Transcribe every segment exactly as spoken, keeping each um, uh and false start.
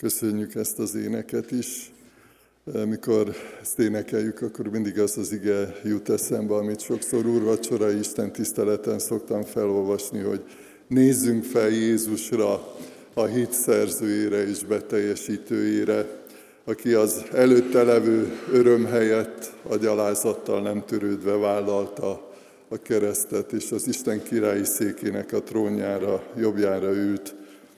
Köszönjük ezt az éneket is. Mikor ezt énekeljük, akkor mindig az az ige jut eszembe, amit sokszor úrvacsorai Isten tiszteleten szoktam felolvasni, hogy nézzünk fel Jézusra, a hit szerzőjére és beteljesítőjére, aki az előtte levő öröm helyett a gyalázattal nem törődve vállalta a keresztet, és az Isten királyi székének a trónjára, jobbjára ült.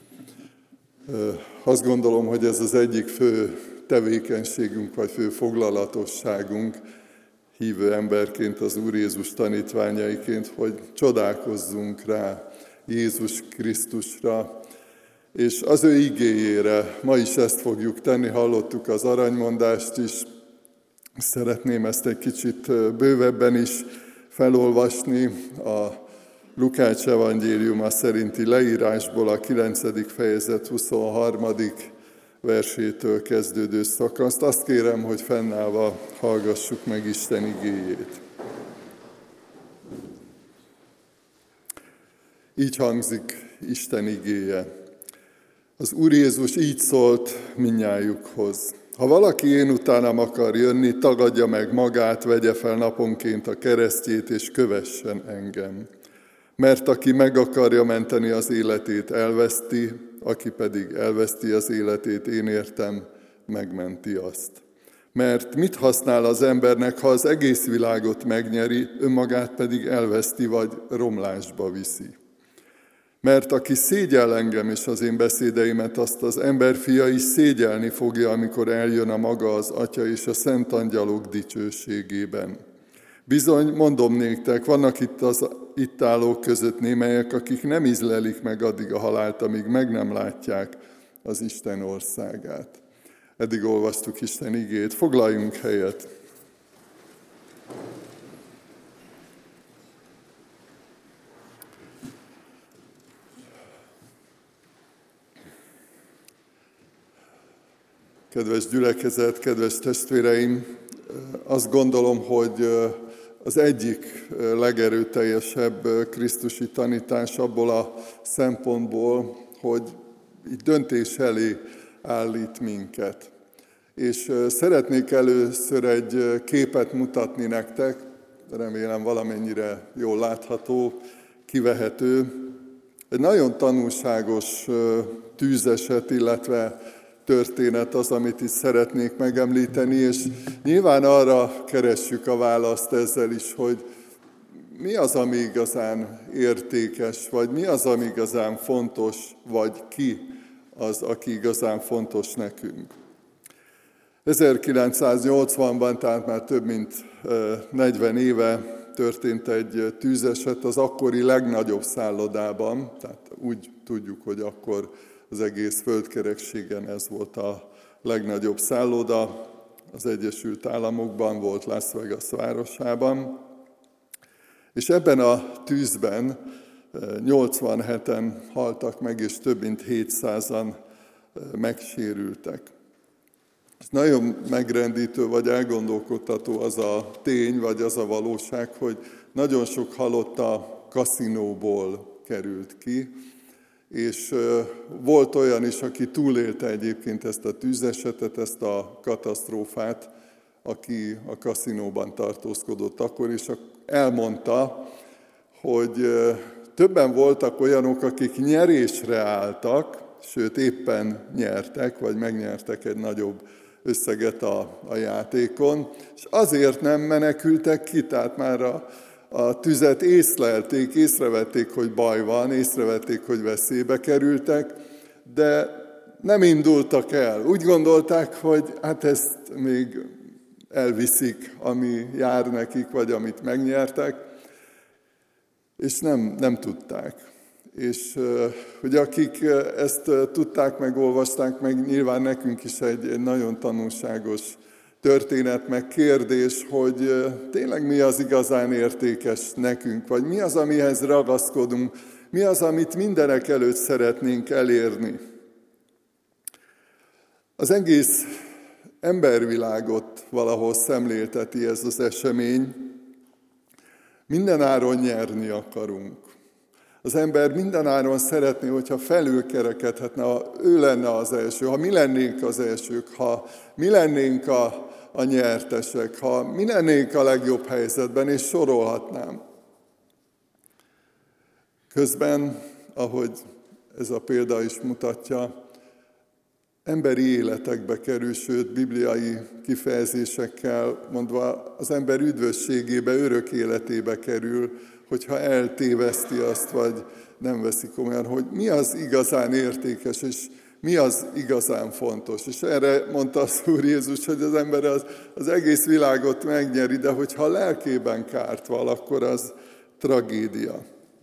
Azt gondolom, hogy ez az egyik fő tevékenységünk, vagy fő foglalatosságunk hívő emberként, az Úr Jézus tanítványaiként, hogy csodálkozzunk rá Jézus Krisztusra, és az ő igéjére. Ma is ezt fogjuk tenni, hallottuk az aranymondást is. Szeretném ezt egy kicsit bővebben is felolvasni a Lukács evangéliuma szerinti leírásból, a kilencedik fejezet huszonharmadik versétől kezdődő szakaszt. Azt kérem, hogy fennállva hallgassuk meg Isten igéjét. Így hangzik Isten igéje. Az Úr Jézus így szólt mindnyájukhoz. Ha valaki én utánam akar jönni, tagadja meg magát, vegye fel naponként a keresztjét, és kövessen engem. Mert aki meg akarja menteni az életét, elveszti, aki pedig elveszti az életét, én értem, megmenti azt. Mert mit használ az embernek, ha az egész világot megnyeri, önmagát pedig elveszti, vagy romlásba viszi? Mert aki szégyell engem és az én beszédeimet, azt az emberfia is szégyelni fogja, amikor eljön a maga az Atya és a szent angyalok dicsőségében. Bizony, mondom néktek, vannak itt az itt állók között némelyek, akik nem ízlelik meg addig a halált, amíg meg nem látják az Isten országát. Eddig olvastuk Isten igét, foglaljunk helyet. Kedves gyülekezet, kedves testvéreim, azt gondolom, hogy az egyik legerőteljesebb krisztusi tanítás abból a szempontból, hogy így döntés elé állít minket. És szeretnék először egy képet mutatni nektek, remélem valamennyire jól látható, kivehető. Egy nagyon tanulságos tűzeset, illetve történet az, amit itt szeretnék megemlíteni, és nyilván arra keressük a választ ezzel is, hogy mi az, ami igazán értékes, vagy mi az, ami igazán fontos, vagy ki az, aki igazán fontos nekünk. ezerkilencszáznyolcvanban, tehát már több mint negyven éve történt egy tűzeset az akkori legnagyobb szállodában, tehát úgy tudjuk, hogy akkor az egész földkerekségen ez volt a legnagyobb szálloda, az Egyesült Államokban volt, Las Vegas városában. És ebben a tűzben nyolcvanheten haltak meg, és több mint hétszázan megsérültek. Ez nagyon megrendítő, vagy elgondolkodtató az a tény, vagy az a valóság, hogy nagyon sok halott a kaszinóból került ki, és volt olyan is, aki túlélte egyébként ezt a tűzesetet, ezt a katasztrófát, aki a kaszinóban tartózkodott akkor, és elmondta, hogy többen voltak olyanok, akik nyerésre álltak, sőt éppen nyertek, vagy megnyertek egy nagyobb összeget a, a játékon, és azért nem menekültek ki, tehát már a A tüzet észlelték, észrevették, hogy baj van, észrevették, hogy veszélybe kerültek, de nem indultak el. Úgy gondolták, hogy hát ezt még elviszik, ami jár nekik, vagy amit megnyertek, és nem, nem tudták. És hogy akik ezt tudták, megolvasták meg, nyilván nekünk is egy, egy nagyon tanulságos történet, meg kérdés, hogy tényleg mi az igazán értékes nekünk, vagy mi az, amihez ragaszkodunk, mi az, amit mindenek előtt szeretnénk elérni. Az egész embervilágot valahol szemlélteti ez az esemény. Mindenáron nyerni akarunk. Az ember mindenáron szeretné, hogyha felülkerekedhetne, ha ő lenne az első, ha mi lennénk az elsők, ha mi lennénk a, a nyertesek, ha mi lennénk a legjobb helyzetben, és sorolhatnám. Közben, ahogy ez a példa is mutatja, emberi életekbe kerül, sőt, bibliai kifejezésekkel mondva az ember üdvösségébe, örök életébe kerül, hogyha eltéveszti azt, vagy nem veszi komolyan, hogy mi az igazán értékes, és mi az igazán fontos. És erre mondta az Úr Jézus, hogy az ember az, az egész világot megnyeri, de hogyha a lelkében kárt val, akkor az tragédia.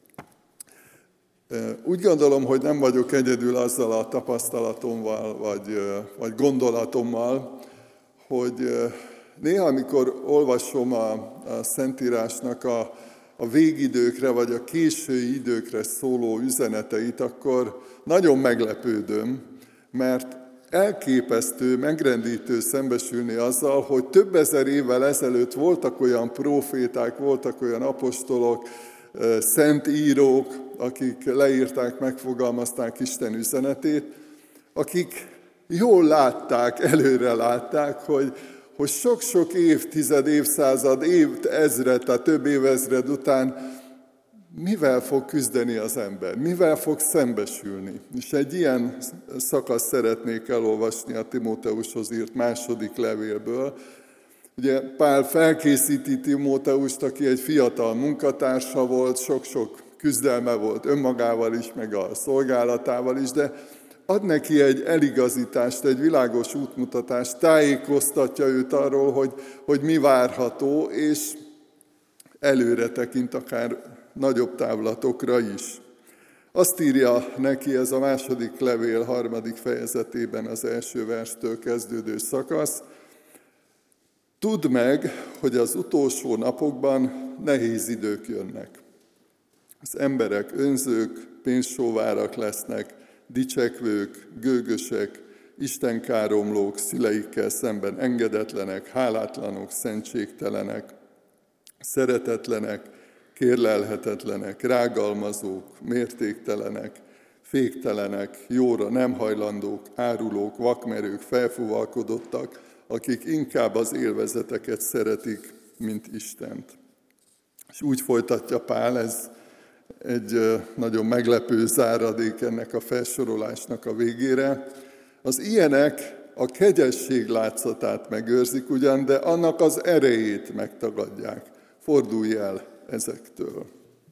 Úgy gondolom, hogy nem vagyok egyedül azzal a tapasztalatommal, vagy, vagy gondolatommal, hogy néha, amikor olvasom a, a Szentírásnak a, a végidőkre, vagy a késői időkre szóló üzeneteit, akkor nagyon meglepődöm, mert elképesztő, megrendítő szembesülni azzal, hogy több ezer évvel ezelőtt voltak olyan próféták, voltak olyan apostolok, szent írók, akik leírták, megfogalmazták Isten üzenetét, akik jól látták, előre látták, hogy, hogy sok-sok évtized, évszázad, évezred, tehát több évezred után mivel fog küzdeni az ember, mivel fog szembesülni. És egy ilyen szakaszt szeretnék elolvasni a Timóteushoz írt második levélből. Ugye Pál felkészíti Timóteust, aki egy fiatal munkatársa volt, sok-sok küzdelme volt önmagával is, meg a szolgálatával is, de ad neki egy eligazítást, egy világos útmutatást, tájékoztatja őt arról, hogy, hogy mi várható, és előre tekint akár nagyobb távlatokra is. Azt írja neki ez a második levél harmadik fejezetében az első verstől kezdődő szakasz: tudd meg, hogy az utolsó napokban nehéz idők jönnek. Az emberek önzők, pénzsóvárak lesznek, dicsekvők, gőgösek, istenkáromlók, szüleikkel szemben engedetlenek, hálátlanok, szentségtelenek, szeretetlenek, kérlelhetetlenek, rágalmazók, mértéktelenek, féktelenek, jóra nem hajlandók, árulók, vakmerők, felfúvalkodottak, akik inkább az élvezeteket szeretik, mint Istent. És úgy folytatja Pál, ez egy nagyon meglepő záradék ennek a felsorolásnak a végére. Az ilyenek a kegyesség látszatát megőrzik ugyan, de annak az erejét megtagadják. Fordulj el ezektől.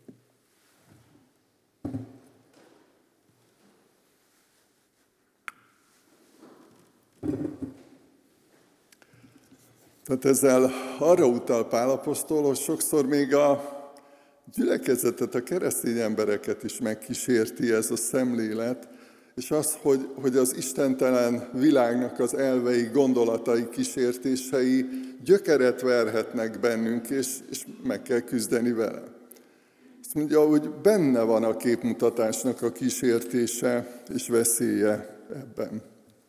Tehát ezzel arra utal Pál apostol, hogy sokszor még a gyülekezetet, a keresztény embereket is megkísérti ez a szemlélet, és az, hogy, hogy az istentelen világnak az elvei, gondolatai, kísértései gyökeret verhetnek bennünk, és, és meg kell küzdeni vele. Azt mondja, hogy benne van a képmutatásnak a kísértése és veszélye ebben.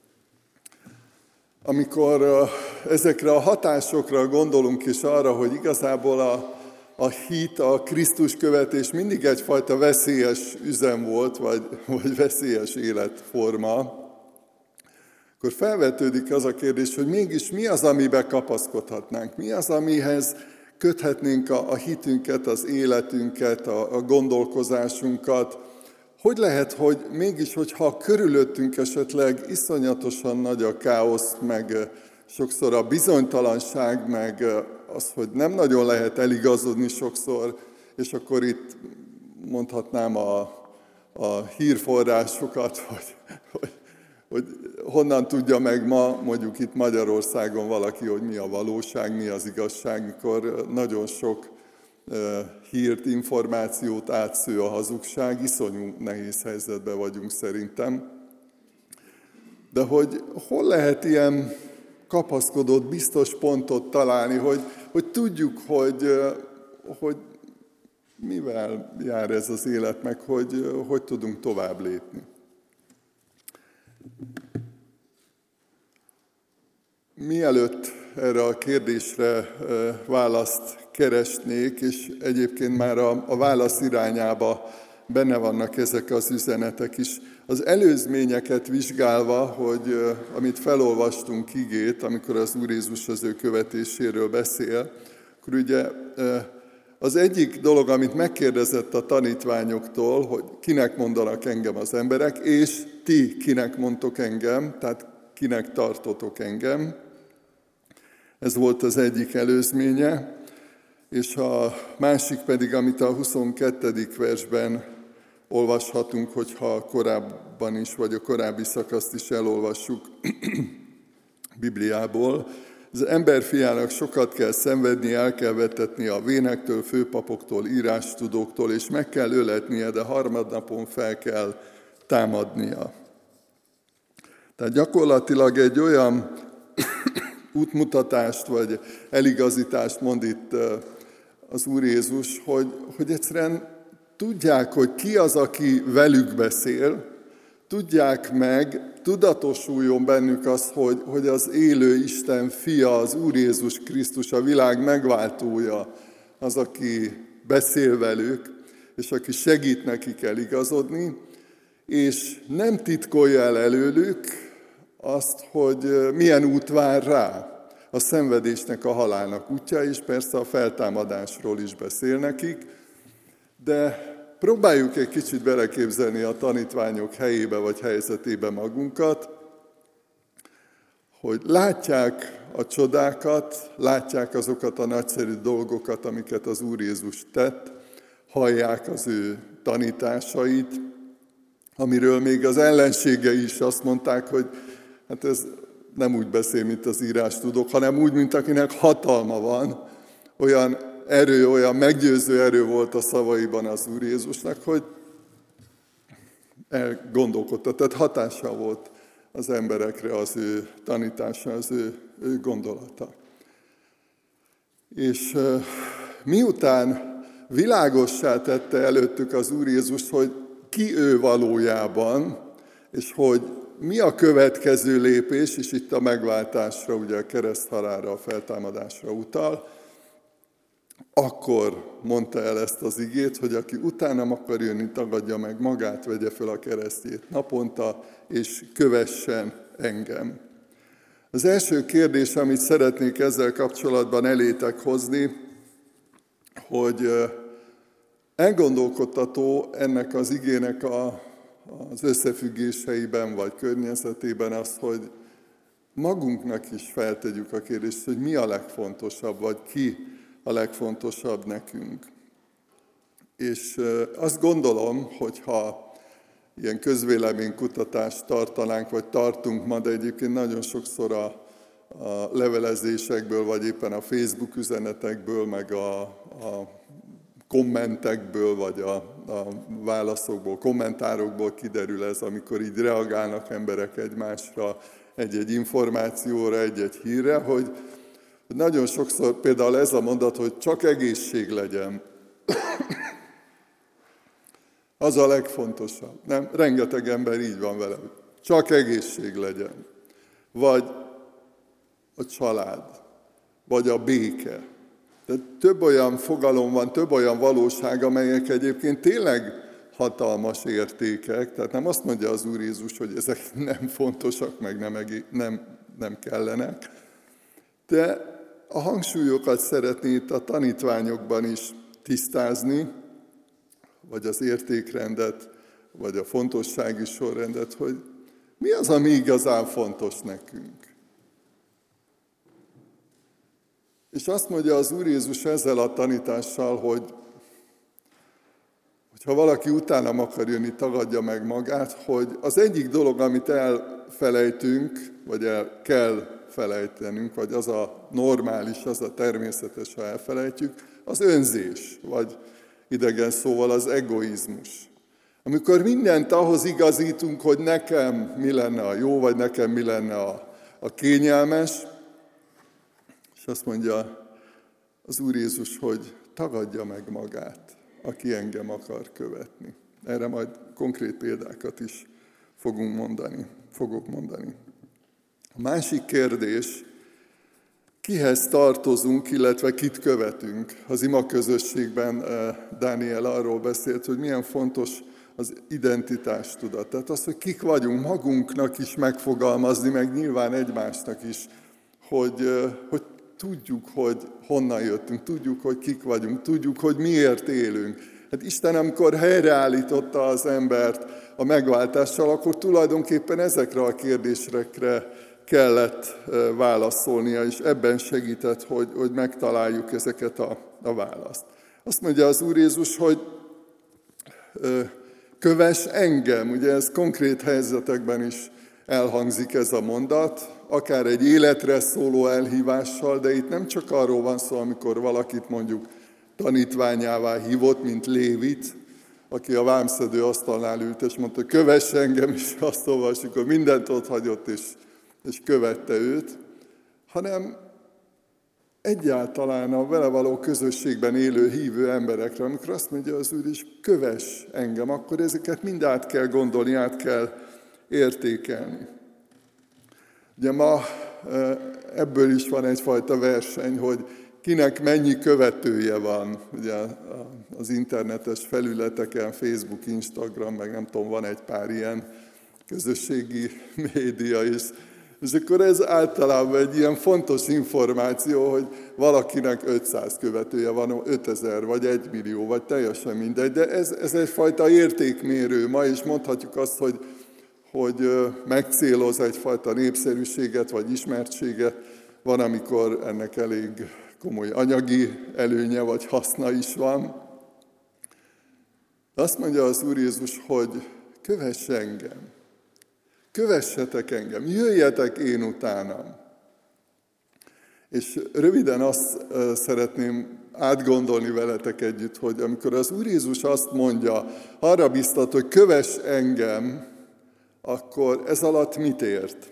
Amikor ezekre a hatásokra gondolunk, és arra, hogy igazából a, a hit, a Krisztus követés mindig egyfajta veszélyes üzem volt, vagy, vagy veszélyes életforma, akkor felvetődik az a kérdés, hogy mégis mi az, amiben kapaszkodhatnánk, mi az, amihez köthetnénk a, a hitünket, az életünket, a, a gondolkozásunkat. Hogy lehet, hogy mégis, hogyha körülöttünk esetleg iszonyatosan nagy a káosz, meg sokszor a bizonytalanság, meg az, hogy nem nagyon lehet eligazodni sokszor, és akkor itt mondhatnám a, a hírforrásokat, hogy, hogy, hogy honnan tudja meg ma, mondjuk itt Magyarországon valaki, hogy mi a valóság, mi az igazság, mikor nagyon sok hírt, információt átsző a hazugság, iszonyú nehéz helyzetben vagyunk szerintem. De hogy hol lehet ilyen kapaszkodott, biztos pontot találni, hogy, hogy tudjuk, hogy, hogy mivel jár ez az élet, meg hogy, hogy tudunk tovább lépni. Mielőtt erre a kérdésre választ keresnék, és egyébként már a, a válasz irányába benne vannak ezek az üzenetek is. Az előzményeket vizsgálva, hogy amit felolvastunk igét, amikor az Úr Jézus az ő követéséről beszél, akkor ugye az egyik dolog, amit megkérdezett a tanítványoktól, hogy kinek mondanak engem az emberek, és ti kinek mondtok engem, tehát kinek tartotok engem. Ez volt az egyik előzménye. És a másik pedig, amit a huszonkettedik versben olvashatunk, hogyha korábban is, vagy a korábbi szakaszt is elolvassuk Bibliából. Az emberfiának sokat kell szenvedni, el kell vetetni a vénektől, főpapoktól, írástudóktól, és meg kell öletnie, de harmadnapon fel kell támadnia. Tehát gyakorlatilag egy olyan útmutatást, vagy eligazítást mond itt az Úr Jézus, hogy, hogy egyszerűen tudják, hogy ki az, aki velük beszél, tudják meg, tudatosuljon bennük az, hogy, hogy az élő Isten fia, az Úr Jézus Krisztus, a világ megváltója, az, aki beszél velük, és aki segít nekik eligazodni, és nem titkolja el előlük azt, hogy milyen út vár rá. A szenvedésnek, a halálnak útja, és persze a feltámadásról is beszél nekik, de próbáljuk egy kicsit beleképzelni a tanítványok helyébe vagy helyzetébe magunkat, hogy látják a csodákat, látják azokat a nagyszerű dolgokat, amiket az Úr Jézus tett, hallják az ő tanításait, amiről még az ellenségei is azt mondták, hogy hát ez nem úgy beszél, mint az írástudók, hanem úgy, mint akinek hatalma van. Olyan erő, olyan meggyőző erő volt a szavaiban az Úr Jézusnak, hogy elgondolkodta, tehát hatással volt az emberekre az ő tanítása, az ő, ő gondolata. És uh, miután világossá tette előttük az Úr Jézus, hogy ki ő valójában, és hogy mi a következő lépés, és itt a megváltásra, ugye a kereszthalálra, a feltámadásra utal, akkor mondta el ezt az igét, hogy aki utánam akar jönni, tagadja meg magát, vegye fel a keresztjét naponta, és kövessen engem. Az első kérdés, amit szeretnék ezzel kapcsolatban elétek hozni, hogy elgondolkodtató ennek az igének a az összefüggéseiben vagy környezetében az, hogy magunknak is feltegyük a kérdést, hogy mi a legfontosabb, vagy ki a legfontosabb nekünk. És azt gondolom, hogyha ilyen közvéleménykutatást tartanánk, vagy tartunk ma, de egyébként nagyon sokszor a, a levelezésekből, vagy éppen a Facebook üzenetekből, meg a, a kommentekből, vagy a, a válaszokból, kommentárokból kiderül ez, amikor így reagálnak emberek egymásra, egy-egy információra, egy-egy hírre, hogy nagyon sokszor például ez a mondat, hogy csak egészség legyen. Az a legfontosabb. Nem? Rengeteg ember így van vele, hogy csak egészség legyen. Vagy a család, vagy a béke. De több olyan fogalom van, több olyan valóság, amelyek egyébként tényleg hatalmas értékek. Tehát nem azt mondja az Úr Jézus, hogy ezek nem fontosak, meg nem, egé- nem, nem kellenek. De a hangsúlyokat szeretné itt a tanítványokban is tisztázni, vagy az értékrendet, vagy a fontossági sorrendet, hogy mi az, ami igazán fontos nekünk. És azt mondja az Úr Jézus ezzel a tanítással, hogy ha valaki utánam akar jönni, tagadja meg magát, hogy az egyik dolog, amit elfelejtünk, vagy el kell felejtenünk, vagy az a normális, az a természetes, ha elfelejtjük, az önzés, vagy idegen szóval az egoizmus. Amikor mindent ahhoz igazítunk, hogy nekem mi lenne a jó, vagy nekem mi lenne a, a kényelmes, és azt mondja az Úr Jézus, hogy tagadja meg magát, aki engem akar követni. Erre majd konkrét példákat is fogunk mondani, fogok mondani. A másik kérdés, kihez tartozunk, illetve kit követünk. Az ima közösségben Dániel arról beszélt, hogy milyen fontos az identitástudat. Tehát az, hogy kik vagyunk, magunknak is megfogalmazni, meg nyilván egymásnak is, hogy, hogy tudjuk, hogy honnan jöttünk, tudjuk, hogy kik vagyunk, tudjuk, hogy miért élünk. Hát Isten, amikor helyreállította az embert a megváltással, akkor tulajdonképpen ezekre a kérdésekre kellett válaszolnia, és ebben segített, hogy, hogy megtaláljuk ezeket a, a választ. Azt mondja az Úr Jézus, hogy kövess engem, ugye ez konkrét helyzetekben is elhangzik ez a mondat, akár egy életre szóló elhívással, de itt nem csak arról van szó, amikor valakit mondjuk tanítványává hívott, mint Lévit, aki a vámszedő asztalnál ült, és mondta, kövess engem, és azt olvassuk, hogy mindent ott hagyott, és, és követte őt, hanem egyáltalán a vele való közösségben élő hívő emberekre, amikor azt mondja az Úr is, kövess engem, akkor ezeket mind át kell gondolni, át kell értékelni. Ugye ma ebből is van egyfajta verseny, hogy kinek mennyi követője van. Ugye az internetes felületeken, Facebook, Instagram, meg nem tudom, van egy pár ilyen közösségi média is. És akkor ez általában egy ilyen fontos információ, hogy valakinek ötszáz követője van, ötezer, vagy egy millió, vagy teljesen mindegy. De ez, ez egyfajta értékmérő. Ma is mondhatjuk azt, hogy, hogy megcéloz egyfajta népszerűséget, vagy ismertséget. Van, amikor ennek elég komoly anyagi előnye, vagy haszna is van. Azt mondja az Úr Jézus, hogy kövess engem. Kövessetek engem, jöjjetek én utánam. És röviden azt szeretném átgondolni veletek együtt, hogy amikor az Úr Jézus azt mondja, arra biztat, hogy kövess engem, akkor ez alatt mit ért?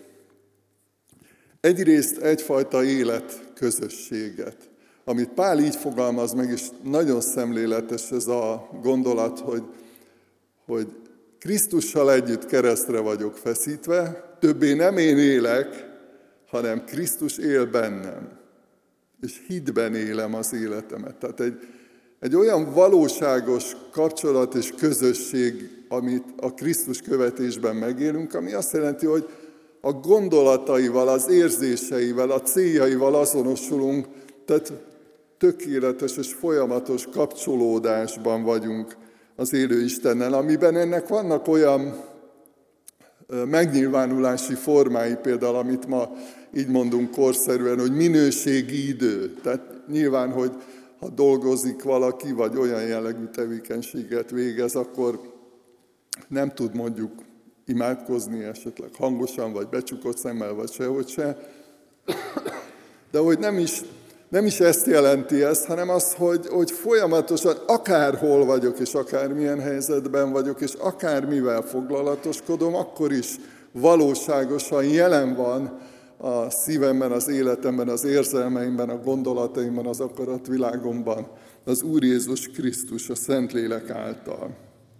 Egyrészt egyfajta életközösséget, amit Pál így fogalmaz meg, és nagyon szemléletes ez a gondolat, hogy, hogy Krisztussal együtt keresztre vagyok feszítve, többé nem én élek, hanem Krisztus él bennem. És hitben élem az életemet. Tehát egy, egy olyan valóságos kapcsolat és közösség, amit a Krisztus követésben megélünk, ami azt jelenti, hogy a gondolataival, az érzéseivel, a céljaival azonosulunk, tehát tökéletes és folyamatos kapcsolódásban vagyunk az élő Istennel, amiben ennek vannak olyan megnyilvánulási formái, például amit ma így mondunk korszerűen, hogy minőségi idő. Tehát nyilván, hogy ha dolgozik valaki, vagy olyan jellegű tevékenységet végez, akkor nem tud mondjuk imádkozni esetleg hangosan, vagy becsukott szemmel, vagy sehogy se. De hogy nem is, nem is ezt jelenti ez, hanem az, hogy, hogy folyamatosan akárhol vagyok, és akármilyen helyzetben vagyok, és akármivel foglalatoskodom, akkor is valóságosan jelen van a szívemben, az életemben, az érzelmeimben, a gondolataimban, az akaratvilágomban az Úr Jézus Krisztus a Szentlélek által.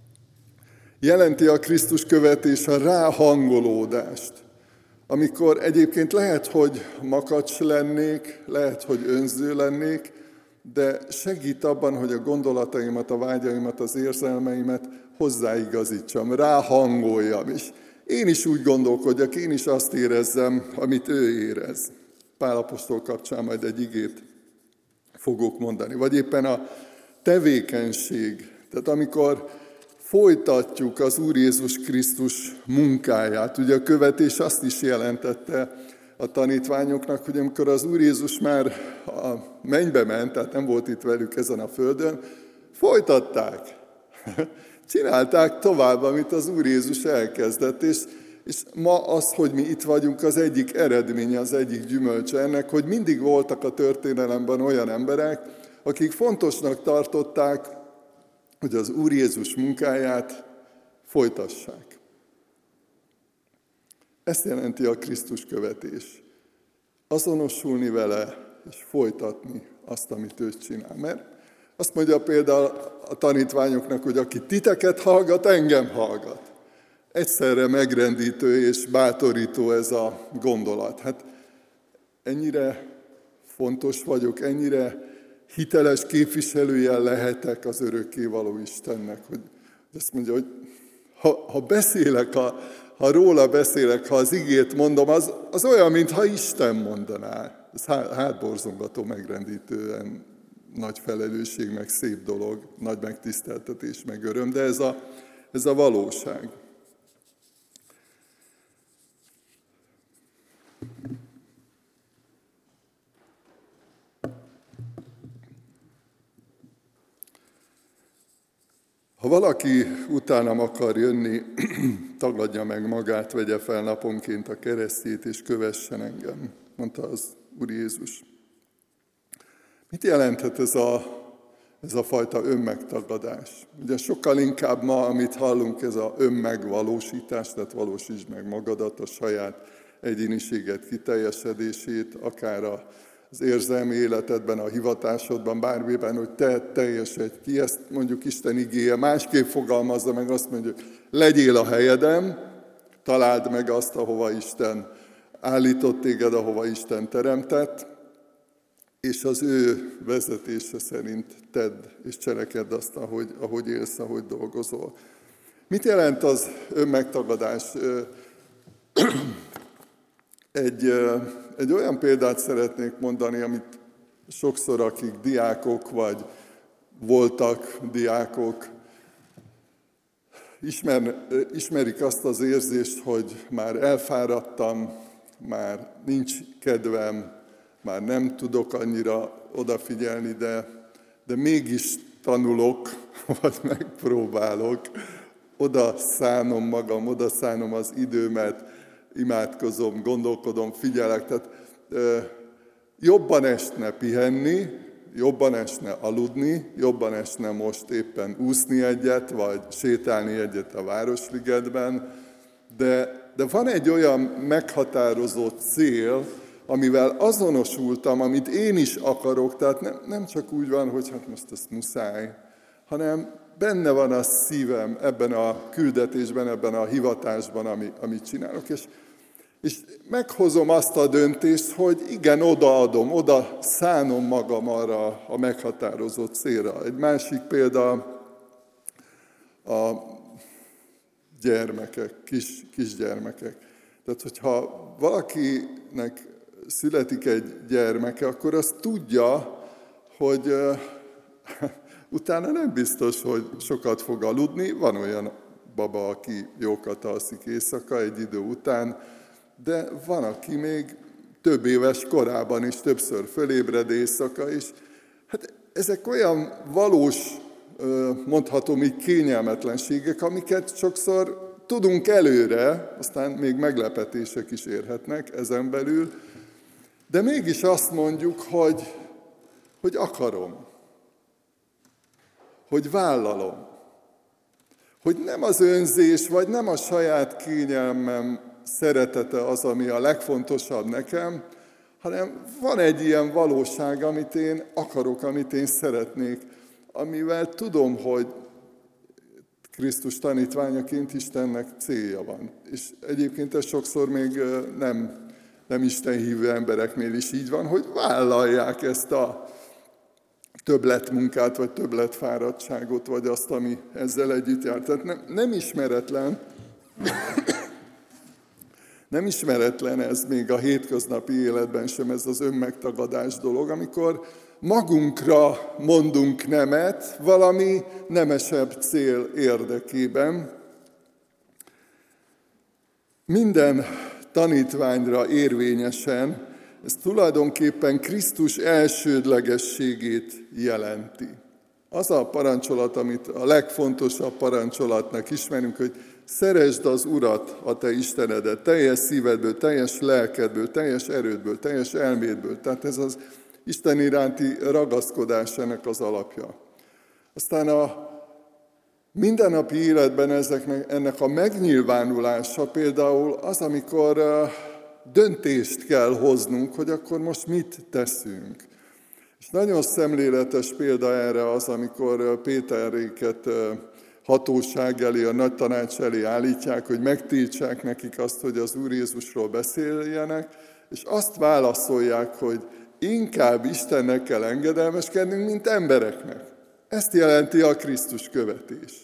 Jelenti a Krisztus követés a ráhangolódást, amikor egyébként lehet, hogy makacs lennék, lehet, hogy önző lennék, de segít abban, hogy a gondolataimat, a vágyaimat, az érzelmeimet hozzáigazítsam, ráhangoljam, és én is úgy gondolkodjak, én is azt érezzem, amit ő érez. Pál apostol kapcsán majd egy igét fogok mondani. Vagy éppen a tevékenység, tehát amikor folytatjuk az Úr Jézus Krisztus munkáját. Ugye a követés azt is jelentette a tanítványoknak, hogy amikor az Úr Jézus már a mennybe ment, tehát nem volt itt velük ezen a földön, folytatták. Csinálták tovább, amit az Úr Jézus elkezdett, és, és ma az, hogy mi itt vagyunk, az egyik eredménye, az egyik gyümölcse ennek, hogy mindig voltak a történelemben olyan emberek, akik fontosnak tartották, hogy az Úr Jézus munkáját folytassák. Ezt jelenti a Krisztus követés. Azonosulni vele, és folytatni azt, amit ő csinál. Mert azt mondja például a tanítványoknak, hogy aki titeket hallgat, engem hallgat. Egyszerre megrendítő és bátorító ez a gondolat. Hát ennyire fontos vagyok, ennyire hiteles képviselője lehetek az örökkévaló Istennek, hogy azt mondja, hogy ha, ha beszélek, ha, ha róla beszélek, ha az igét mondom, az, az olyan, mintha Isten mondaná. Ez hátborzongató, megrendítően nagy felelősség, meg szép dolog, nagy megtiszteltetés, meg öröm, de ez a, ez a valóság. Ha valaki utánam akar jönni, tagadja meg magát, vegye fel naponként a keresztjét, és kövessen engem, mondta az Úr Jézus. Mit jelenthet ez a, ez a fajta önmegtagadás? Ugye sokkal inkább ma, amit hallunk, ez a önmegvalósítás, tehát valósítsd meg magadat, a saját egyéniséget kiteljesedését, akár az érzelmi életedben, a hivatásodban, bármiben, hogy te teljesedj ki, ezt mondjuk Isten igéje másképp fogalmazza meg, azt mondja, hogy legyél a helyeden, találd meg azt, ahova Isten állított téged, ahova Isten teremtett, és az ő vezetése szerint tedd és cselekedd azt, ahogy, ahogy élsz, ahogy dolgozol. Mit jelent az önmegtagadás? Egy, egy olyan példát szeretnék mondani, amit sokszor akik diákok, vagy voltak diákok, ismer, ismerik azt az érzést, hogy már elfáradtam, már nincs kedvem, már nem tudok annyira odafigyelni, de, de mégis tanulok, vagy megpróbálok, oda szánom magam, oda szánom az időmet, imádkozom, gondolkodom, figyelek. Tehát e, jobban esne pihenni, jobban esne aludni, jobban esne most éppen úszni egyet, vagy sétálni egyet a Városligetben, de, de van egy olyan meghatározott cél, amivel azonosultam, amit én is akarok, tehát nem, nem csak úgy van, hogy hát most ezt muszáj, hanem benne van a szívem ebben a küldetésben, ebben a hivatásban, ami, amit csinálok, és, és meghozom azt a döntést, hogy igen, odaadom, oda szánom magam arra a meghatározott célra. Egy másik példa a gyermekek, kis, kisgyermekek. Tehát, hogyha valakinek születik egy gyermeke, akkor azt tudja, hogy uh, utána nem biztos, hogy sokat fog aludni. Van olyan baba, aki jókat alszik éjszaka egy idő után, de van, aki még több éves korában is többször fölébred éjszaka, és hát ezek olyan valós, mondhatom így, kényelmetlenségek, amiket sokszor tudunk előre, aztán még meglepetések is érhetnek ezen belül, de mégis azt mondjuk, hogy, hogy akarom, hogy vállalom, hogy nem az önzés, vagy nem a saját kényelmem szeretete az, ami a legfontosabb nekem, hanem van egy ilyen valóság, amit én akarok, amit én szeretnék, amivel tudom, hogy Krisztus tanítványaként Istennek célja van. És egyébként ez sokszor még nem, nem Isten hívő embereknél is így van, hogy vállalják ezt a többletmunkát, vagy többletfáradtságot, vagy azt, ami ezzel együtt jár. Tehát nem, nem ismeretlen, nem ismeretlen ez még a hétköznapi életben sem, ez az önmegtagadás dolog, amikor magunkra mondunk nemet valami nemesebb cél érdekében. Minden tanítványra érvényesen ez tulajdonképpen Krisztus elsődlegességét jelenti. Az a parancsolat, amit a legfontosabb parancsolatnak ismerünk, hogy szeresd az Urat, a te Istenedet, teljes szívedből, teljes lelkedből, teljes erődből, teljes elmédből. Tehát ez az Isten iránti ragaszkodás ennek az alapja. Aztán a mindennapi életben ezeknek, ennek a megnyilvánulása például az, amikor döntést kell hoznunk, hogy akkor most mit teszünk. És nagyon szemléletes példa erre az, amikor Péteréket hatóság elé, a nagy tanács elé állítják, hogy megtiltsák nekik azt, hogy az Úr Jézusról beszéljenek, és azt válaszolják, hogy inkább Istennek kell engedelmeskednünk, mint embereknek. Ezt jelenti a Krisztus követés.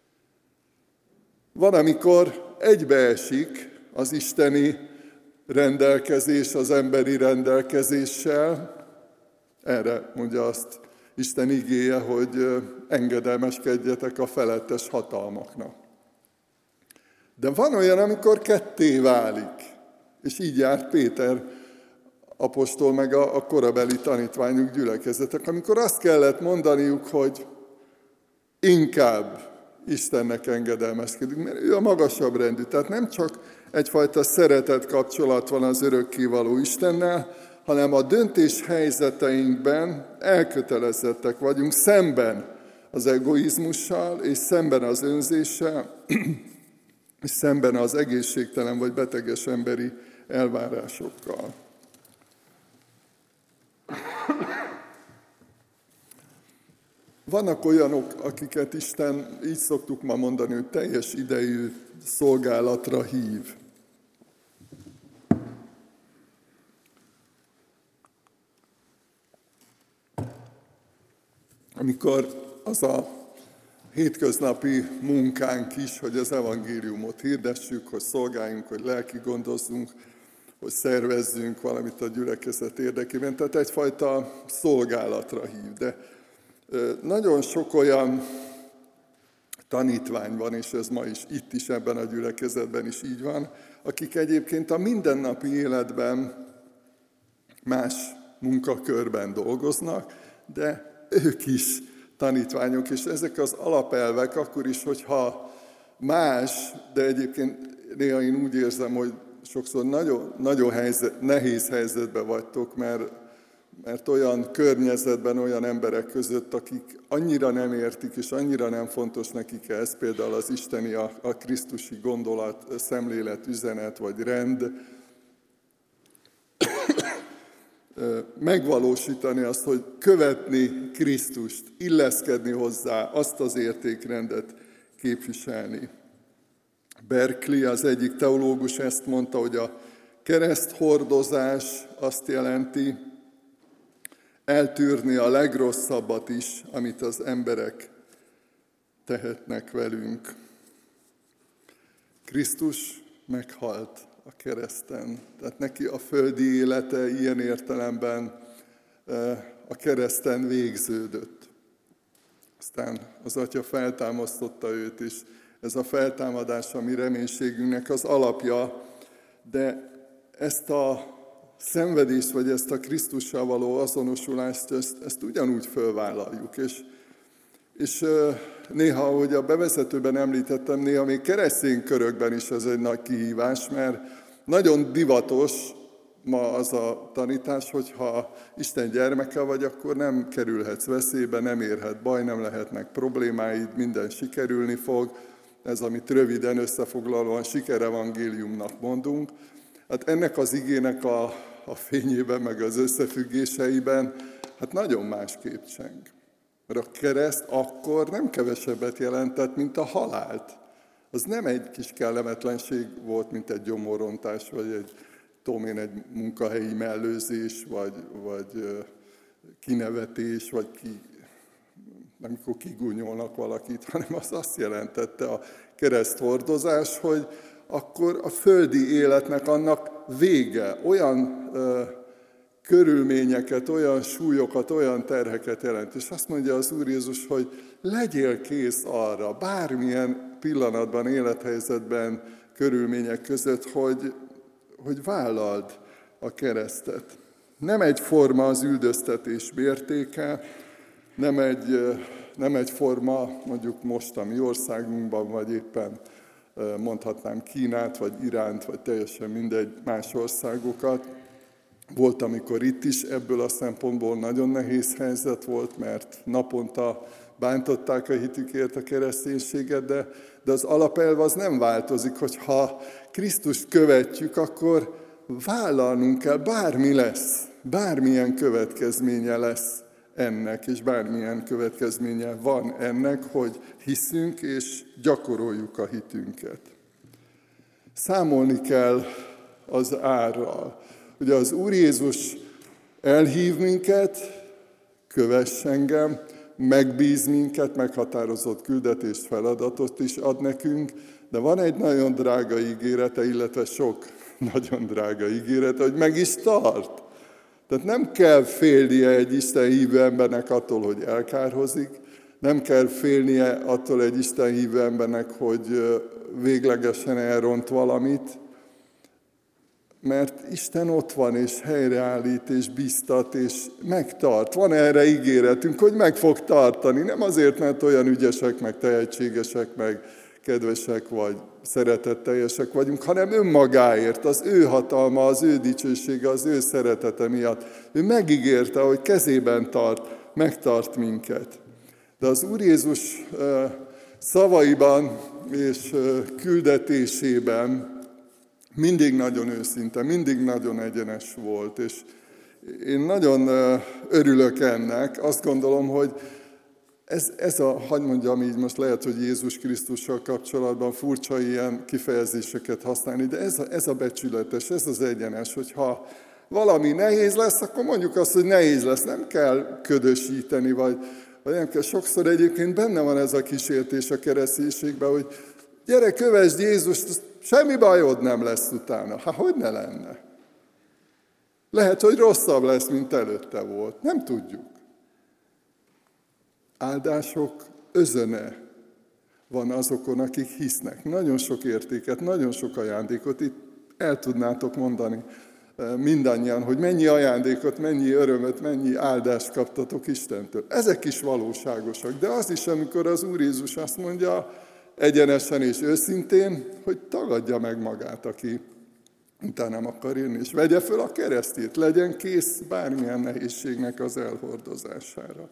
Van, amikor egybeesik az isteni rendelkezés az emberi rendelkezéssel. Erre mondja azt Isten igéje, hogy engedelmeskedjetek a felettes hatalmaknak. De van olyan, amikor ketté válik, és így járt Péter apostol meg a, a korabeli tanítványok, gyülekezetek, amikor azt kellett mondaniuk, hogy inkább Istennek engedelmeskedünk, mert ő a magasabb rendű. Tehát nem csak egyfajta szeretet kapcsolat van az örökkévaló Istennel, hanem a döntés helyzeteinkben elkötelezettek vagyunk szemben az egoizmussal, és szemben az önzéssel, és szemben az egészségtelen vagy beteges emberi elvárásokkal. Vannak olyanok, akiket Isten, így szoktuk ma mondani, hogy teljes idejű szolgálatra hív. Amikor az a hétköznapi munkánk is, hogy az evangéliumot hirdessük, hogy szolgáljunk, hogy lelki gondozzunk, hogy szervezzünk valamit a gyülekezet érdekében, tehát egyfajta szolgálatra hív. De nagyon sok olyan tanítvány van, és ez ma is itt is, ebben a gyülekezetben is így van, akik egyébként a mindennapi életben más munkakörben dolgoznak, de ők is tanítványok, és ezek az alapelvek akkor is, hogyha más, de egyébként néha én úgy érzem, hogy sokszor nagyon, nagyon helyzet, nehéz helyzetben vagytok, mert, mert olyan környezetben, olyan emberek között, akik annyira nem értik, és annyira nem fontos nekik ez, például az isteni, a, a krisztusi gondolat, szemlélet, üzenet vagy rend, megvalósítani azt, hogy követni Krisztust, illeszkedni hozzá, azt az értékrendet képviselni. Berkeley, az egyik teológus ezt mondta, hogy a kereszthordozás azt jelenti, eltűrni a legrosszabbat is, amit az emberek tehetnek velünk. Krisztus meghalt a kereszten. Tehát neki a földi élete ilyen értelemben a kereszten végződött. Aztán az Atya feltámasztotta őt is. Ez a feltámadás a mi reménységünknek az alapja, de ezt a szenvedést, vagy ezt a Krisztussal való azonosulást, ezt, ezt ugyanúgy fölvállaljuk. És, és néha, ahogy a bevezetőben említettem, néha még keresztény körökben is ez egy nagy kihívás, mert nagyon divatos ma az a tanítás, hogy ha Isten gyermeke vagy, akkor nem kerülhetsz veszélybe, nem érhet baj, nem lehetnek problémáid, minden sikerülni fog. Ez, amit röviden összefoglalóan sikerevangéliumnak mondunk. Hát ennek az igének a, a fényében, meg az összefüggéseiben, hát nagyon másképp cseng. Mert a kereszt akkor nem kevesebbet jelentett, mint a halált. Az nem egy kis kellemetlenség volt, mint egy gyomorrontás, vagy egy, tudom én, egy munkahelyi mellőzés, vagy, vagy kinevetés, vagy ki, amikor kigúnyolnak valakit, hanem az azt jelentette a kereszthordozás, hogy akkor a földi életnek annak vége, olyan ö, körülményeket, olyan súlyokat, olyan terheket jelent. És azt mondja az Úr Jézus, hogy legyél kész arra, bármilyen pillanatban, élethelyzetben, körülmények között, hogy, hogy vállald a keresztet. Nem egyforma az üldöztetés mértéke, nem egy, nem egyforma, mondjuk most a mi országunkban, vagy éppen mondhatnám Kínát, vagy Iránt, vagy teljesen mindegy más országokat. Volt, amikor itt is ebből a szempontból nagyon nehéz helyzet volt, mert naponta bántották a hitükért a kereszténységet, de, de az alapelv az nem változik, hogy ha Krisztust követjük, akkor vállalnunk kell, bármi lesz, bármilyen következménye lesz ennek, és bármilyen következménye van ennek, hogy hiszünk és gyakoroljuk a hitünket. Számolni kell az árral. Ugye az Úr Jézus Elhív minket, kövess engem, megbíz minket, meghatározott küldetést, feladatot is ad nekünk, de van egy nagyon drága ígérete, illetve sok nagyon drága ígérete, hogy meg is tart. Tehát nem kell félnie egy Isten hívő embernek attól, hogy elkárhozik, nem kell félnie attól egy Isten hívő embernek, hogy véglegesen elront valamit, mert Isten ott van, és helyreállít, és biztat, és megtart. Van erre ígéretünk, hogy meg fog tartani. Nem azért, mert olyan ügyesek, meg tehetségesek, meg kedvesek, vagy szeretetteljesek vagyunk, hanem önmagáért, az ő hatalma, az ő dicsősége, az ő szeretete miatt. Ő megígérte, hogy kezében tart, megtart minket. De az Úr Jézus szavaiban és küldetésében mindig nagyon őszinte, mindig nagyon egyenes volt, és én nagyon örülök ennek. Azt gondolom, hogy ez, ez a, hadd mondjam így, most lehet, hogy Jézus Krisztussal kapcsolatban furcsa ilyen kifejezéseket használni, de ez a, ez a becsületes, ez az egyenes, hogyha valami nehéz lesz, akkor mondjuk azt, hogy nehéz lesz, nem kell ködösíteni, vagy, vagy nem kell. Sokszor egyébként benne van ez a kísértés a kereszténységben, hogy gyere, kövesd Jézust, semmi bajod nem lesz utána. Hát hogy ne lenne? Lehet, hogy rosszabb lesz, mint előtte volt. Nem tudjuk. Áldások özöne van azokon, akik hisznek. Nagyon sok értéket, nagyon sok ajándékot. Itt el tudnátok mondani mindannyian, hogy mennyi ajándékot, mennyi örömöt, mennyi áldást kaptatok Istentől. Ezek is valóságosak, de az is, amikor az Úr Jézus azt mondja, egyenesen és őszintén, hogy tagadja meg magát, aki utánam akar jönni, és vegye föl a keresztjét, legyen kész bármilyen nehézségnek az elhordozására.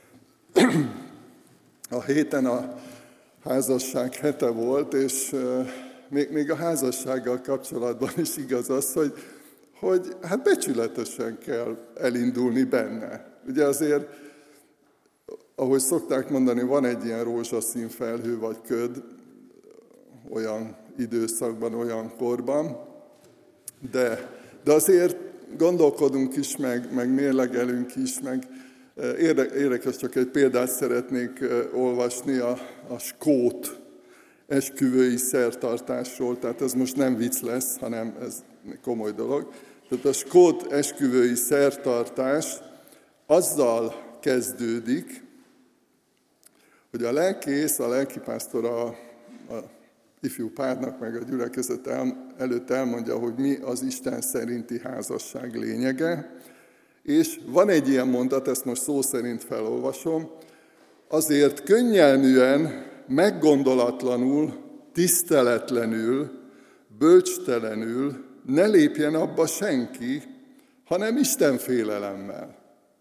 A héten a házasság hete volt, és még, még a házassággal kapcsolatban is igaz az, hogy, hogy hát becsületesen kell elindulni benne. Ugye azért, ahogy szokták mondani, van egy ilyen rózsaszín felhő vagy köd olyan időszakban, olyan korban, de, de azért gondolkodunk is, meg, meg mérlegelünk is, meg érdekes, csak egy példát szeretnék olvasni a, a skót esküvői szertartásról, tehát ez most nem vicc lesz, hanem ez komoly dolog. Tehát a skót esküvői szertartás azzal kezdődik, hogy a lelkész, a lelkipásztor a, a ifjú párnak, meg a gyülekezet el, előtt elmondja, hogy mi az Isten szerinti házasság lényege, és van egy ilyen mondat, ezt most szó szerint felolvasom, azért könnyelműen, meggondolatlanul, tiszteletlenül, bölcstelenül ne lépjen abba senki, hanem Isten félelemmel.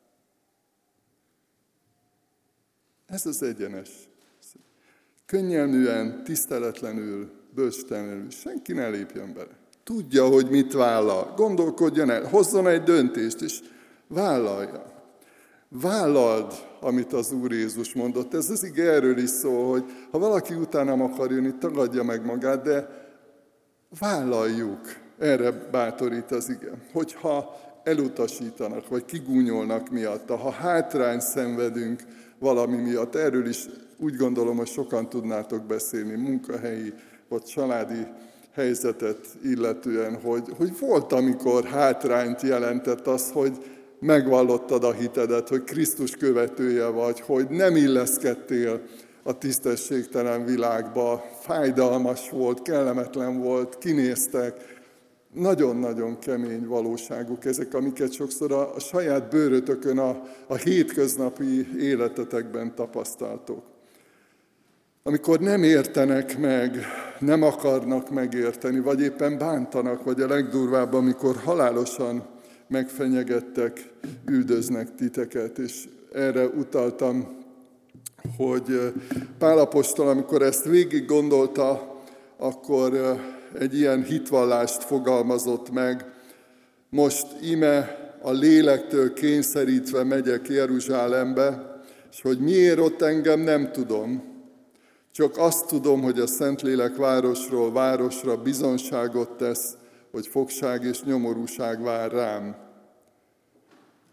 Ez az egyenes. Könnyelműen, tiszteletlenül, bölcstelenül, senki ne lépjen bele. Tudja, hogy mit vállal, gondolkodjon el, hozzon egy döntést, és vállalja. Vállald, amit az Úr Jézus mondott. Ez az ige erről is szól, hogy ha valaki utánam akar jönni, tagadja meg magát, de vállaljuk. Erre bátorít az ige. Hogyha elutasítanak, vagy kigúnyolnak miatta, ha hátrányt szenvedünk valami miatt, erről is úgy gondolom, hogy sokan tudnátok beszélni, munkahelyi vagy családi helyzetet illetően, hogy, hogy volt, amikor hátrányt jelentett az, hogy megvallottad a hitedet, hogy Krisztus követője vagy, hogy nem illeszkedtél a tisztességtelen világba, fájdalmas volt, kellemetlen volt, kinéztek. Nagyon-nagyon kemény valóságuk ezek, amiket sokszor a, a saját bőrötökön, a, a hétköznapi életetekben tapasztaltok. Amikor nem értenek meg, nem akarnak megérteni, vagy éppen bántanak, vagy a legdurvább, amikor halálosan megfenyegettek, üldöznek titeket. És erre utaltam, hogy Pál apostol, amikor ezt végig gondolta, akkor egy ilyen hitvallást fogalmazott meg. Most íme a lélektől kényszerítve megyek Jeruzsálembe, és hogy miért ott engem nem tudom. Csak azt tudom, hogy a Szentlélek városról városra bizonságot tesz, hogy fogság és nyomorúság vár rám.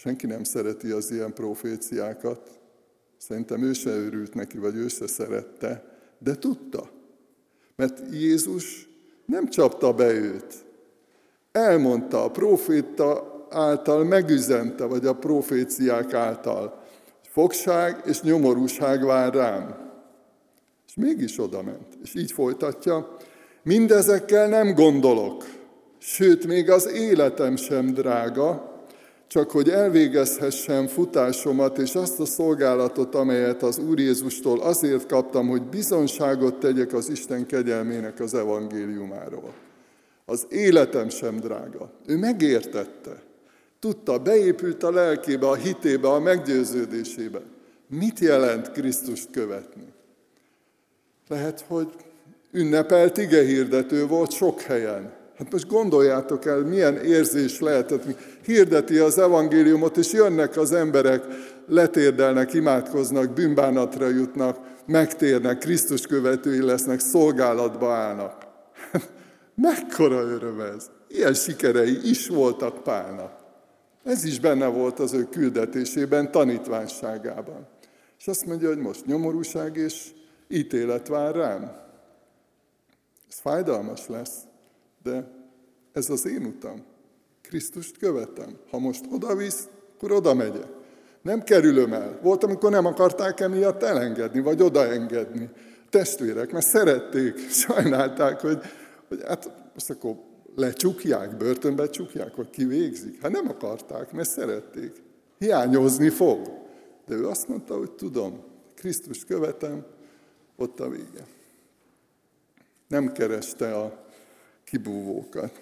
Senki nem szereti az ilyen proféciákat. Szerintem ő se örült neki, vagy ő se szerette, de tudta. Mert Jézus nem csapta be őt. Elmondta, a próféta által megüzente, vagy a proféciák által. Fogság és nyomorúság vár rám. És mégis odament. És így folytatja. Mindezekkel nem gondolok, sőt, még az életem sem drága, csak hogy elvégezhessem futásomat és azt a szolgálatot, amelyet az Úr Jézustól azért kaptam, hogy bizonságot tegyek az Isten kegyelmének az evangéliumáról. Az életem sem drága. Ő megértette. Tudta, beépült a lelkébe, a hitébe, a meggyőződésébe. Mit jelent Krisztust követni? Lehet, hogy ünnepelt igehirdető volt sok helyen. Hát most gondoljátok el, milyen érzés lehetett. Hirdeti az evangéliumot, és jönnek az emberek, letérdelnek, imádkoznak, bűnbánatra jutnak, megtérnek, Krisztus követői lesznek, szolgálatba állnak. Mekkora öröm ez! Ilyen sikerei is voltak Pálnak. Ez is benne volt az ő küldetésében, tanítványságában. És azt mondja, hogy most nyomorúság és ítélet vár rám. Ez fájdalmas lesz, de ez az én utam. Krisztust követem. Ha most odavisz, akkor oda megyek. Nem kerülöm el. Volt, amikor nem akarták emiatt elengedni, vagy odaengedni. Testvérek, mert szerették, sajnálták, hogy, hogy hát most akkor lecsukják, börtönbe csukják, vagy kivégzik. Hát nem akarták, mert szerették. Hiányozni fog. De ő azt mondta, hogy tudom, Krisztust követem, ott a vége. Nem kereste a kibúvókat.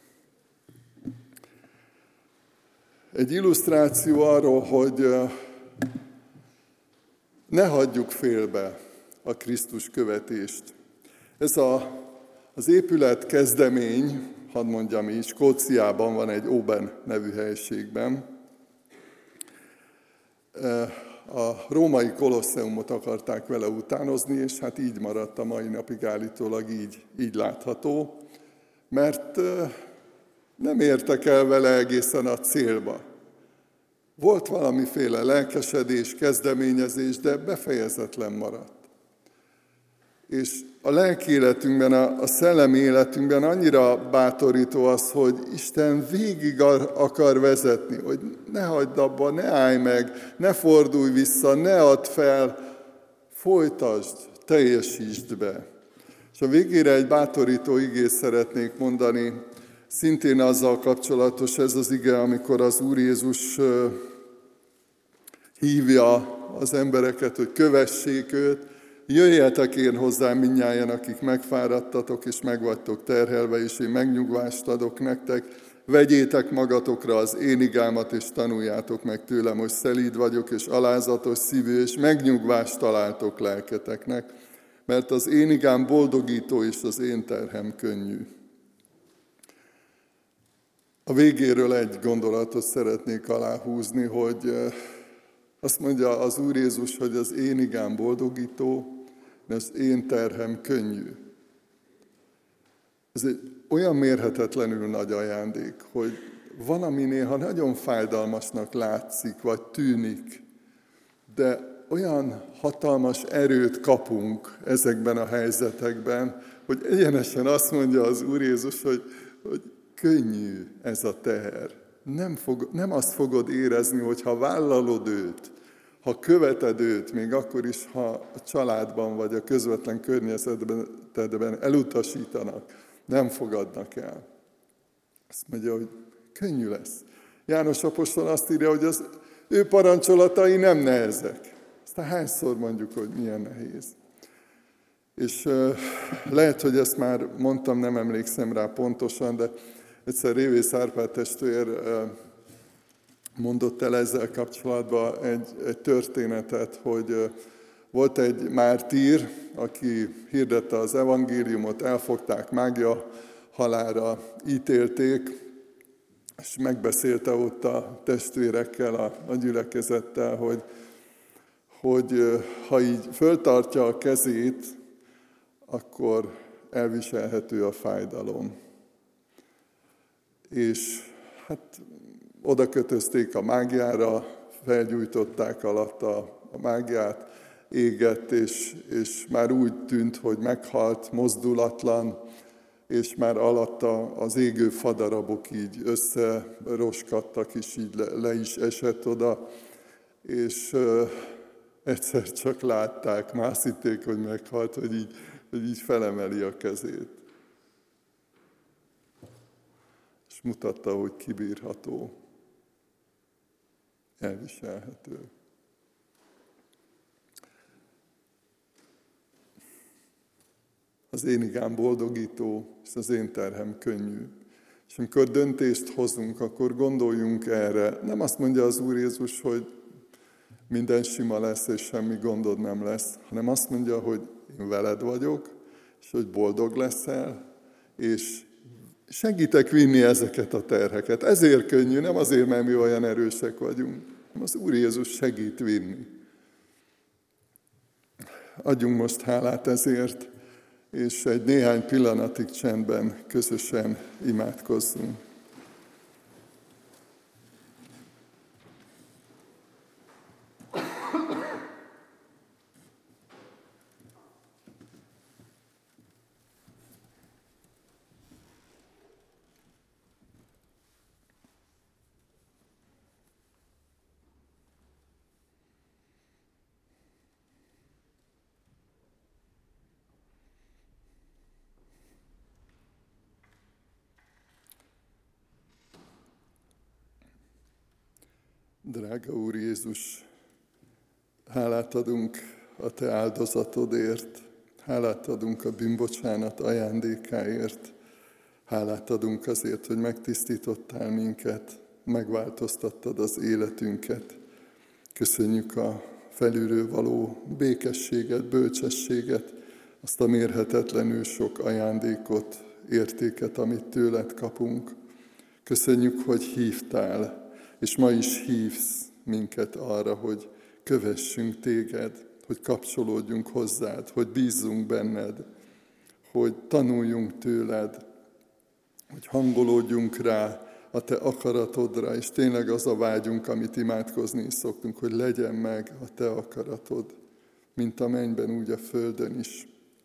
Egy illusztráció arról, hogy ne hagyjuk félbe a Krisztus követést. Ez a, az épület kezdemény, hadd mondjam így, Skóciában van egy Oban nevű helyiségben. A római kolosseumot akarták vele utánozni, és hát így maradt a mai napig állítólag így, így látható, mert nem értek el vele egészen a célba. Volt valamiféle lelkesedés, kezdeményezés, de befejezetlen maradt. És a lelki életünkben, a, a szellemi életünkben annyira bátorító az, hogy Isten végig akar vezetni, hogy ne hagyd abba, ne állj meg, ne fordulj vissza, ne add fel, folytasd, teljesítsd be. És a végére egy bátorító igét szeretnék mondani, szintén azzal kapcsolatos ez az ige, amikor az Úr Jézus hívja az embereket, hogy kövessék őt, jöjjetek én hozzám mindnyájan, akik megfáradtatok és megvagytok terhelve, és én megnyugvást adok nektek. Vegyétek magatokra az én igámat, és tanuljátok meg tőlem, hogy szelíd vagyok, és alázatos szívű, és megnyugvást találtok lelketeknek, mert az én igám boldogító, és az én terhem könnyű. A végéről egy gondolatot szeretnék aláhúzni, hogy azt mondja az Úr Jézus, hogy az én igám boldogító, de az én terhem könnyű. Ez egy olyan mérhetetlenül nagy ajándék, hogy van, ami néha nagyon fájdalmasnak látszik, vagy tűnik, de olyan hatalmas erőt kapunk ezekben a helyzetekben, hogy egyenesen azt mondja az Úr Jézus, hogy, hogy könnyű ez a teher. Nem, fog, nem azt fogod érezni, hogy ha vállalod őt, ha követed őt, még akkor is, ha a családban vagy a közvetlen környezetedben elutasítanak, nem fogadnak el. Azt mondja, hogy könnyű lesz. János apostol azt írja, hogy az ő parancsolatai nem nehezek. Aztán hányszor mondjuk, hogy milyen nehéz. És uh, lehet, hogy ezt már mondtam, nem emlékszem rá pontosan, de egyszer Révész Árpád testvér uh, mondott el ezzel kapcsolatban egy, egy történetet, hogy uh, volt egy mártír, aki hirdette az evangéliumot, elfogták, mágia halálra ítélték, és megbeszélte ott a testvérekkel, a, a gyülekezettel, hogy, hogy ha így föltartja a kezét, akkor elviselhető a fájdalom. És hát oda kötözték a mágiára, felgyújtották alatta a mágiát, égett, és, és már úgy tűnt, hogy meghalt, mozdulatlan, és már alatta az égő fadarabok így összeroskadtak, és így le, le is esett oda, és uh, egyszer csak látták, már azt hitték, hogy meghalt, hogy így, hogy így felemeli a kezét. És mutatta, hogy kibírható, elviselhető. Az én igám boldogító, és az én terhem könnyű. És amikor döntést hozunk, akkor gondoljunk erre. Nem azt mondja az Úr Jézus, hogy minden sima lesz, és semmi gondod nem lesz, hanem azt mondja, hogy én veled vagyok, és hogy boldog leszel, és segítek vinni ezeket a terheket. Ezért könnyű, nem azért, mert mi olyan erősek vagyunk, hanem az Úr Jézus segít vinni. Adjunk most hálát ezért, és egy néhány pillanatig csendben közösen imádkozzunk. Drága Úr Jézus, hálát adunk a Te áldozatodért, hálát adunk a bűnbocsánat ajándékáért, hálát adunk azért, hogy megtisztítottál minket, megváltoztattad az életünket. Köszönjük a felülről való békességet, bölcsességet, azt a mérhetetlenül sok ajándékot, értéket, amit tőled kapunk. Köszönjük, hogy hívtál, és ma is hívsz minket arra, hogy kövessünk téged, hogy kapcsolódjunk hozzád, hogy bízzunk benned, hogy tanuljunk tőled, hogy hangolódjunk rá a te akaratodra, és tényleg az a vágyunk, amit imádkozni is szoktunk, hogy legyen meg a te akaratod, mint a mennyben, úgy a földön is.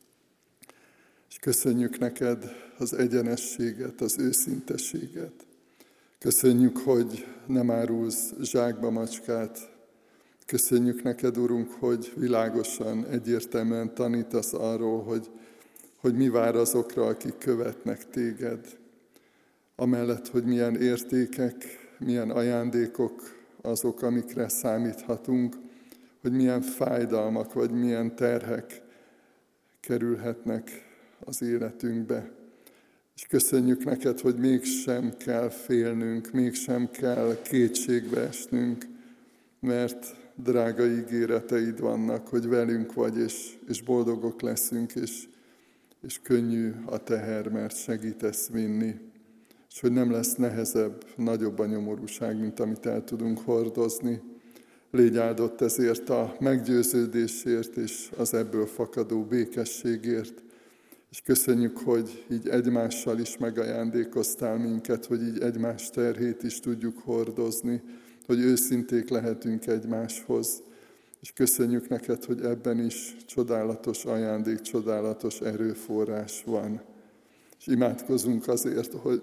És köszönjük neked az egyenességet, az őszinteséget. Köszönjük, hogy nem árulsz zsákba macskát. Köszönjük neked, Urunk, hogy világosan, egyértelműen tanítasz arról, hogy, hogy mi vár azokra, akik követnek téged. Amellett, hogy milyen értékek, milyen ajándékok azok, amikre számíthatunk, hogy milyen fájdalmak vagy milyen terhek kerülhetnek az életünkbe. És köszönjük neked, hogy mégsem kell félnünk, mégsem kell kétségbe esnünk, mert drága ígéreteid vannak, hogy velünk vagy, és, és boldogok leszünk, és, és könnyű a teher, mert segítesz vinni. És hogy nem lesz nehezebb, nagyobb a nyomorúság, mint amit el tudunk hordozni. Légy áldott ezért a meggyőződésért, és az ebből fakadó békességért. És köszönjük, hogy így egymással is megajándékoztál minket, hogy így egymás terhét is tudjuk hordozni, hogy őszinték lehetünk egymáshoz. És köszönjük neked, hogy ebben is csodálatos ajándék, csodálatos erőforrás van. És imádkozunk azért, hogy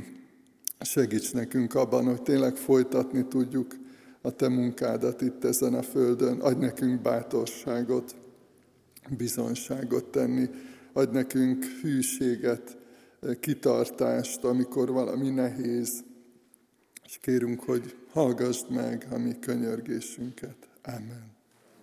segíts nekünk abban, hogy tényleg folytatni tudjuk a te munkádat itt ezen a földön. Adj nekünk bátorságot, bizonságot tenni, adj nekünk hűséget, kitartást, amikor valami nehéz. És kérünk, hogy hallgassd meg a mi könyörgésünket. Amen.